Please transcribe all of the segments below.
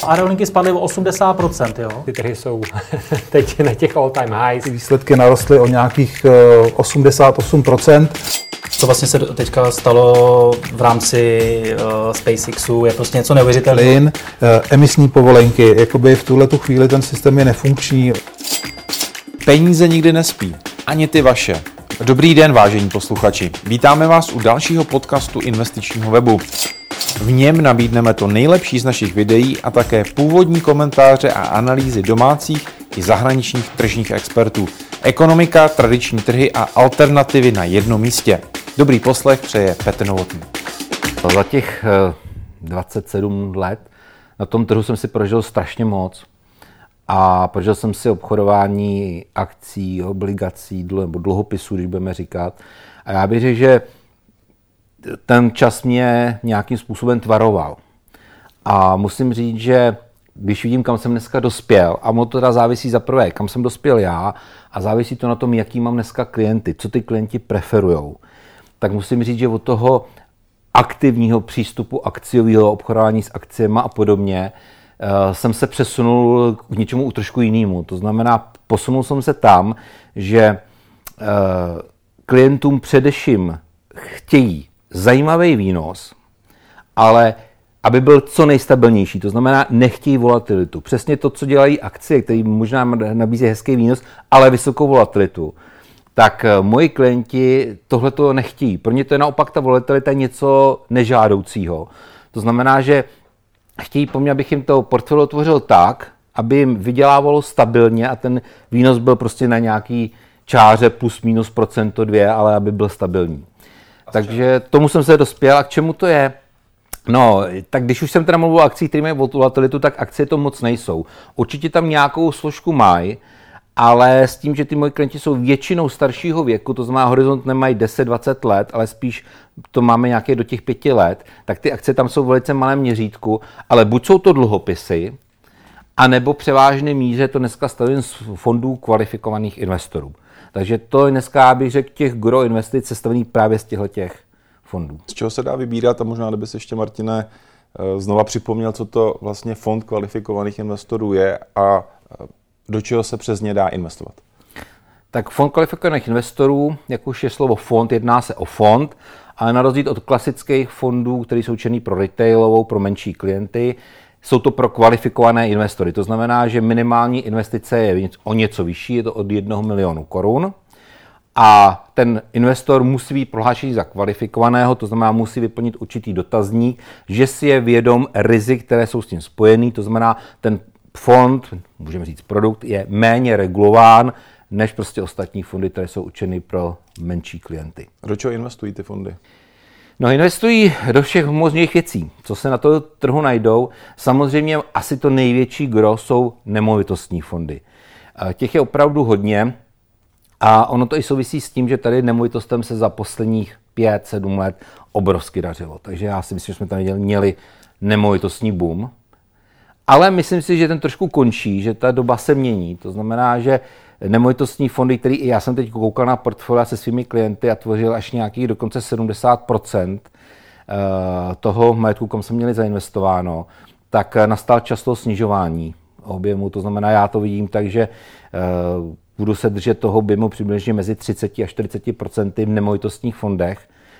Aerolinky spadly o 80%, jo? Ty trhy jsou teď na těch all-time highs. Výsledky narostly o nějakých 88%. Co vlastně se teďka stalo v rámci SpaceXu, je prostě něco neuvěřitelného. Plyn, emisní povolenky, jakoby v tuhletu chvíli ten systém je nefunkční. Peníze nikdy nespí, ani ty vaše. Dobrý den, vážení posluchači. Vítáme vás u dalšího podcastu investičního webu. V něm nabídneme to nejlepší z našich videí a také původní komentáře a analýzy domácích i zahraničních tržních expertů. Ekonomika, tradiční trhy a alternativy na jednom místě. Dobrý poslech přeje Petr Novotný. Za těch 27 let na tom trhu jsem si prožil strašně moc. A prožil jsem si obchodování akcí, obligací nebo dluhopisů, když budeme říkat. A já bych řekl, že ten čas mě nějakým způsobem tvaroval. A musím říct, že když vidím, kam jsem dneska dospěl, a ono to teda závisí za prvé, kam jsem dospěl já, a závisí to na tom, jaký mám dneska klienty, co ty klienti preferujou, tak musím říct, že od toho aktivního přístupu akciového obchodování s akciemi a podobně jsem se přesunul k něčemu trošku jinému. To znamená, posunul jsem se tam, že klientům především chtějí zajímavý výnos, ale aby byl co nejstabilnější. To znamená, nechtějí volatilitu. Přesně to, co dělají akcie, které možná nabízí hezký výnos, ale vysokou volatilitu. Tak moji klienti tohleto nechtějí. Pro ně to je naopak ta volatilita něco nežádoucího. To znamená, že chtějí po mně, abych jim to portfolio tvořil tak, aby jim vydělávalo stabilně a ten výnos byl prostě na nějaký čáře plus minus procento 2, ale aby byl stabilní. Takže tomu jsem se dospěl. A k čemu to je? No, tak když už jsem teda mluvil o akcích, které mají volatilitu, tak akcie to moc nejsou. Určitě tam nějakou složku mají, ale s tím, že ty moji klienti jsou většinou staršího věku, to znamená horizont nemají 10-20 let, ale spíš to máme nějaké do těch 5 let, tak ty akcie tam jsou v velice malém měřítku, ale buď jsou to dluhopisy, anebo převážné míře to dneska stavím z fondů kvalifikovaných investorů. Takže to je dneska, já bych řekl, těch gro investic sestavený právě z těchto fondů. Z čeho se dá vybírat a možná, kdyby si ještě, Martine, znova připomněl, co to vlastně fond kvalifikovaných investorů je a do čeho se přes ně dá investovat? Tak fond kvalifikovaných investorů, jak už je slovo fond, jedná se o fond, ale na rozdíl od klasických fondů, které jsou určený pro retailovou, pro menší klienty, jsou to pro kvalifikované investory. To znamená, že minimální investice je o něco vyšší, je to od 1 milionu korun. A ten investor musí být prohlášený za kvalifikovaného, to znamená, musí vyplnit určitý dotazník, že si je vědom rizik, které jsou s tím spojený, to znamená, ten fond, můžeme říct produkt, je méně regulován než prostě ostatní fondy, které jsou určeny pro menší klienty. Do čeho investují ty fondy? No, investují do všech možných věcí, co se na toho trhu najdou. Samozřejmě asi to největší gro jsou nemovitostní fondy. Těch je opravdu hodně a ono to i souvisí s tím, že tady nemovitostem se za posledních 5-7 let obrovsky dařilo. Takže já si myslím, že jsme tady měli nemovitostní boom. Ale myslím si, že ten trošku končí, že ta doba se mění. To znamená, že nemovitostní fondy, který i já jsem teď koukal na portfolia se svými klienty a tvořil až nějakých dokonce 70% toho majetku, kam jsme měli zainvestováno, tak nastal čas toho snižování objemu. To znamená, já to vidím tak, že budu se držet toho objemu přibližně mezi 30 až 40% v nemovitostních fondech.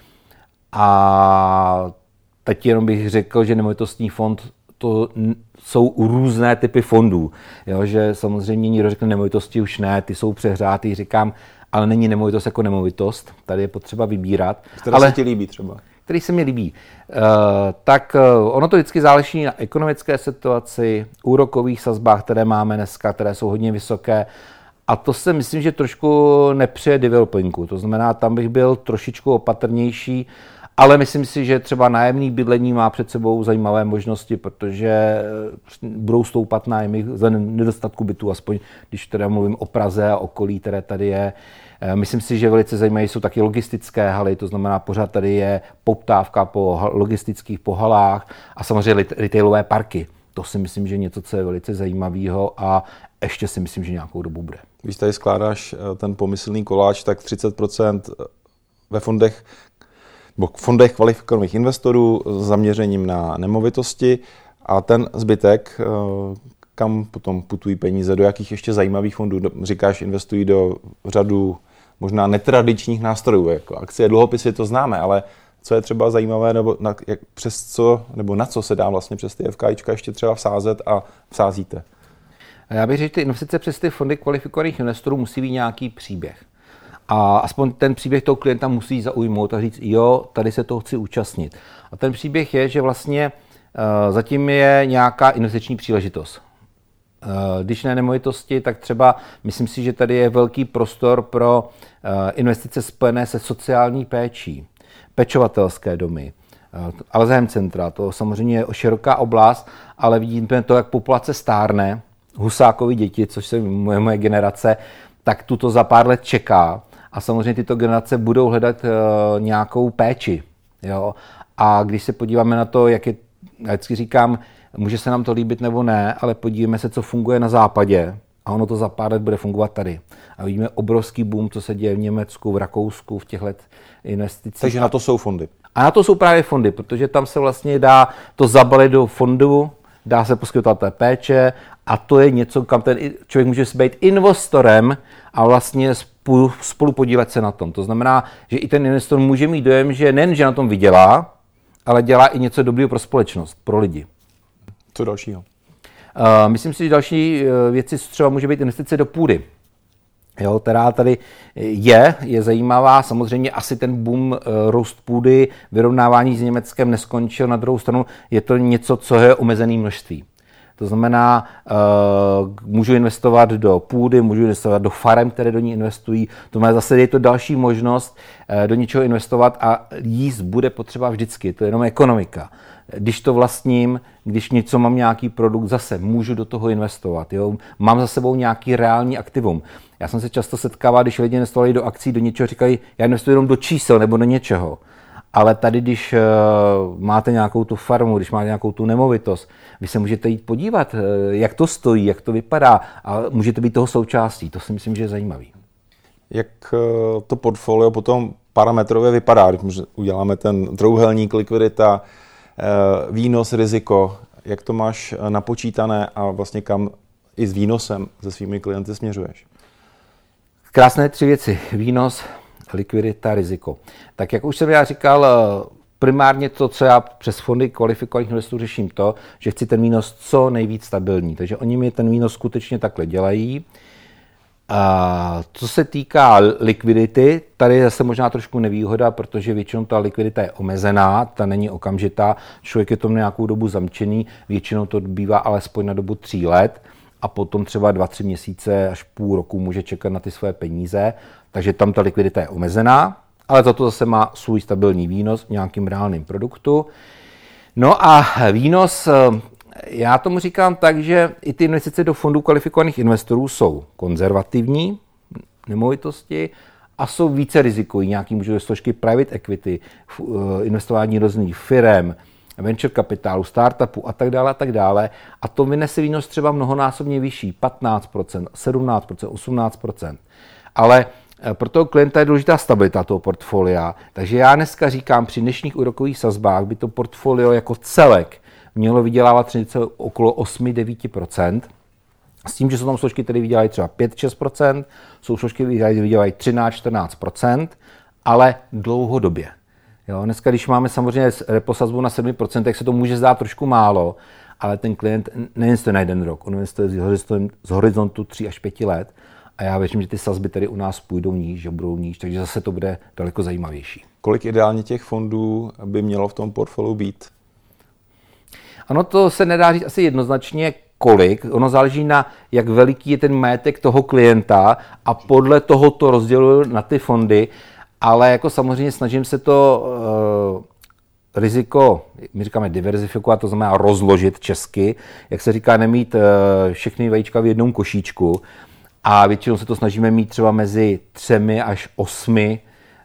A teď jenom bych řekl, že nemovitostní fond to jsou různé typy fondů. Jo, že samozřejmě někdo řekne nemovitosti už ne, ty jsou přehřátý, říkám, ale není nemovitost jako nemovitost, tady je potřeba vybírat. Která se ti líbí třeba? Který se mi líbí. Tak ono to vždycky záleží na ekonomické situaci, úrokových sazbách, které máme dneska, které jsou hodně vysoké. A to si myslím, že trošku nepřeje developingu. To znamená, tam bych byl trošičku opatrnější, ale myslím si, že třeba nájemní bydlení má před sebou zajímavé možnosti, protože budou stoupat nájmy za nedostatku bytů, aspoň když teda mluvím o Praze a okolí, které tady je. Myslím si, že velice zajímavé jsou taky logistické haly, to znamená, pořád tady je poptávka po logistických halách a samozřejmě retailové parky. To si myslím, že je něco, co je velice zajímavého a ještě si myslím, že nějakou dobu bude. Když tady skládáš ten pomyslný koláč, tak 30% ve fondech kvalifikovaných investorů s zaměřením na nemovitosti A ten zbytek, kam potom putují peníze, do jakých ještě zajímavých fondů? Říkáš, investují do řadu možná netradičních nástrojů, jako akcie, dluhopisy, to známe, ale co je třeba zajímavé, nebo na co se dá vlastně přes ty FKIčka ještě třeba vsázet a vsázíte? Já bych řekl, že ty investice přes ty fondy kvalifikovaných investorů musí být nějaký příběh. A aspoň ten příběh toho klienta musí zaujmout a říct, jo, tady se toho chci účastnit. A ten příběh je, že vlastně zatím je nějaká investiční příležitost. Když ne nemovitosti, tak třeba myslím si, že tady je velký prostor pro investice spojené se sociální péčí, pečovatelské domy, Alzheimer centra, to samozřejmě je široká oblast, ale vidíme to, jak populace stárne, Husákovi děti, což jsou moje generace, tak tuto za pár let čeká a samozřejmě tyto generace budou hledat nějakou péči. Jo? A když se podíváme na to, jak je, já vždycky říkám, může se nám to líbit nebo ne, ale podívejme se, co funguje na západě a ono to za pár let bude fungovat tady. A vidíme obrovský boom, co se děje v Německu, v Rakousku, v těchto investicích. Takže na to jsou fondy. A na to jsou právě fondy, protože tam se vlastně dá to zabalit do fondu, dá se poskytovat té péče a to je něco, kam ten člověk může být investorem a vlastně spolu podílet se na tom. To znamená, že i ten investor může mít dojem, že nejen, že na tom vydělá, ale dělá i něco dobrého pro společnost, pro lidi. Co dalšího? Myslím si, že další věci třeba může být investice do půdy. Jo, která tady je zajímavá. Samozřejmě asi ten boom růst půdy, vyrovnávání s Německem neskončil. Na druhou stranu je to něco, co je omezené množství. To znamená, můžu investovat do půdy, můžu investovat do farem, které do ní investují. To znamená, zase je to další možnost do něčeho investovat a jíst bude potřeba vždycky. To je jenom ekonomika. Když to vlastním, když něco mám nějaký produkt, zase můžu do toho investovat. Jo? Mám za sebou nějaký reální aktivum. Já jsem se často setkával, když lidi investovali do akcí, do něčeho, říkají, já investuji jenom do čísel nebo do něčeho. Ale tady, když máte nějakou tu farmu, když máte nějakou tu nemovitost, vy se můžete jít podívat, jak to stojí, jak to vypadá a můžete být toho součástí. To si myslím, že je zajímavý. Jak to portfolio potom parametrově vypadá, když uděláme ten trojúhelník likvidita, výnos, riziko, jak to máš napočítané a vlastně kam i s výnosem se svými klienty směřuješ? Krásné 3 věci. Výnos, likvidita, riziko. Tak jak už jsem já říkal, primárně to, co já přes fondy kvalifikovaných investorů řeším to, že chci ten výnos co nejvíc stabilní. Takže oni mi ten výnos skutečně takhle dělají. A co se týká likvidity, tady je zase možná trošku nevýhoda, protože většinou ta likvidita je omezená, ta není okamžitá, člověk je tom nějakou dobu zamčený, většinou to bývá alespoň na dobu 3 let a potom třeba 2-3 měsíce až půl roku může čekat na ty své peníze, takže tam ta likvidita je omezená, ale za to zase má svůj stabilní výnos v nějakým reálném produktu. No a výnos, já tomu říkám tak, že i ty investice do fondů kvalifikovaných investorů jsou konzervativní nemovitosti a jsou více rizikují. Nějaký můžou složky private equity, investování různých firem, venture kapitálu, startupů a tak dále a tak dále. A to vynese výnos třeba mnohonásobně vyšší, 15%, 17%, 18%. Ale pro toho klienta je důležitá stabilita toho portfolia. Takže já dneska říkám, při dnešních úrokových sazbách by to portfolio jako celek mělo vydělávat něco okolo 8-9%. S tím, že jsou tam složky, které vydělají třeba 5-6%, jsou složky, které vydělají 13-14%, ale dlouhodobě. Jo, dneska, když máme samozřejmě reposazbu na 7%, tak se to může zdát trošku málo, ale ten klient neinvestuje na 1 rok, on investuje z horizontu 3 až 5 let a já věřím, že ty sazby tady u nás půjdou níž, že budou níž, takže zase to bude daleko zajímavější. Kolik ideálně těch fondů by mělo v tom portfoliu být? Ano, to se nedá říct asi jednoznačně kolik, ono záleží na, jak veliký je ten majetek toho klienta a podle toho to rozděluju na ty fondy, ale jako samozřejmě snažím se to riziko, my říkáme diverzifikovat, to znamená rozložit česky, jak se říká, nemít všechny vajíčka v jednom košíčku a většinou se to snažíme mít třeba mezi 3 až 8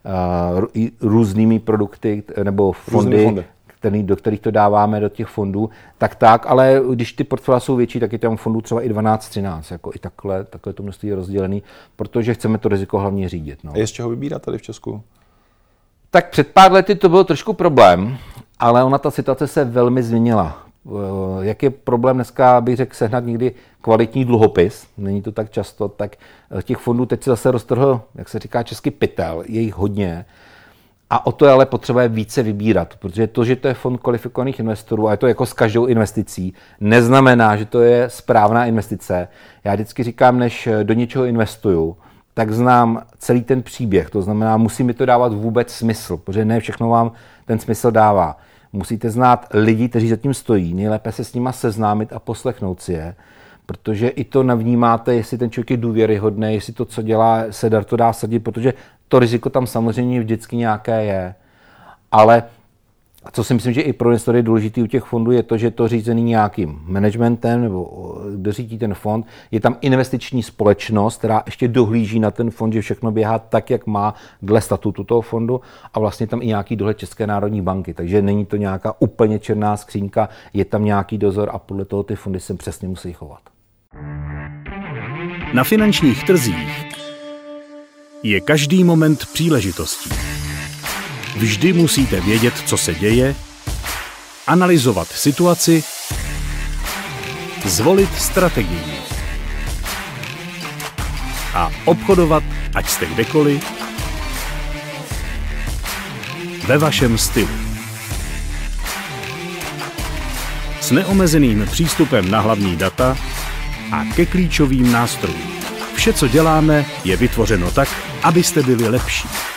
různými produkty nebo fondy. Do kterých to dáváme do těch fondů, tak, ale když ty portfolia jsou větší, tak je tam fondů třeba i 12-13, jako i takhle to množství je rozdělený, protože chceme to riziko hlavně řídit. No. A je z čeho vybírat tady v Česku? Tak před pár lety to byl trošku problém, ale ona ta situace se velmi změnila. jak je problém dneska, bych řekl, sehnat někdy kvalitní dluhopis, není to tak často, tak těch fondů teď se zase roztrhl, jak se říká česky, pytel, je jich hodně. A o to je ale potřeba více vybírat, protože to, že to je fond kvalifikovaných investorů, a je to jako s každou investicí, neznamená, že to je správná investice. Já vždycky říkám, než do něčeho investuju, tak znám celý ten příběh, to znamená, musí mi to dávat vůbec smysl, protože ne všechno vám ten smysl dává. Musíte znát lidi, kteří za tím stojí, nejlépe se s nima seznámit a poslechnout si je, protože i to navnímáte, jestli ten člověk je důvěryhodný, jestli to, co dělá, se to dá sadit, protože to riziko tam samozřejmě vždycky nějaké je. Ale co si myslím, že i pro investory je důležité u těch fondů, je to, že je to řízený nějakým managementem, nebo kdo řídí ten fond. Je tam investiční společnost, která ještě dohlíží na ten fond, že všechno běhá tak, jak má dle statutu toho fondu, a vlastně tam i nějaký dohled České národní banky. Takže není to nějaká úplně černá skřínka, je tam nějaký dozor a podle toho ty fondy se přesně musí chovat. Na finančních trzích je každý moment příležitostí. Vždy musíte vědět, co se děje, analyzovat situaci, zvolit strategii a obchodovat, ať jste kdekoliv, ve vašem stylu. S neomezeným přístupem na hlavní data a ke klíčovým nástrojům. Vše, co děláme, je vytvořeno tak, abyste byli lepší.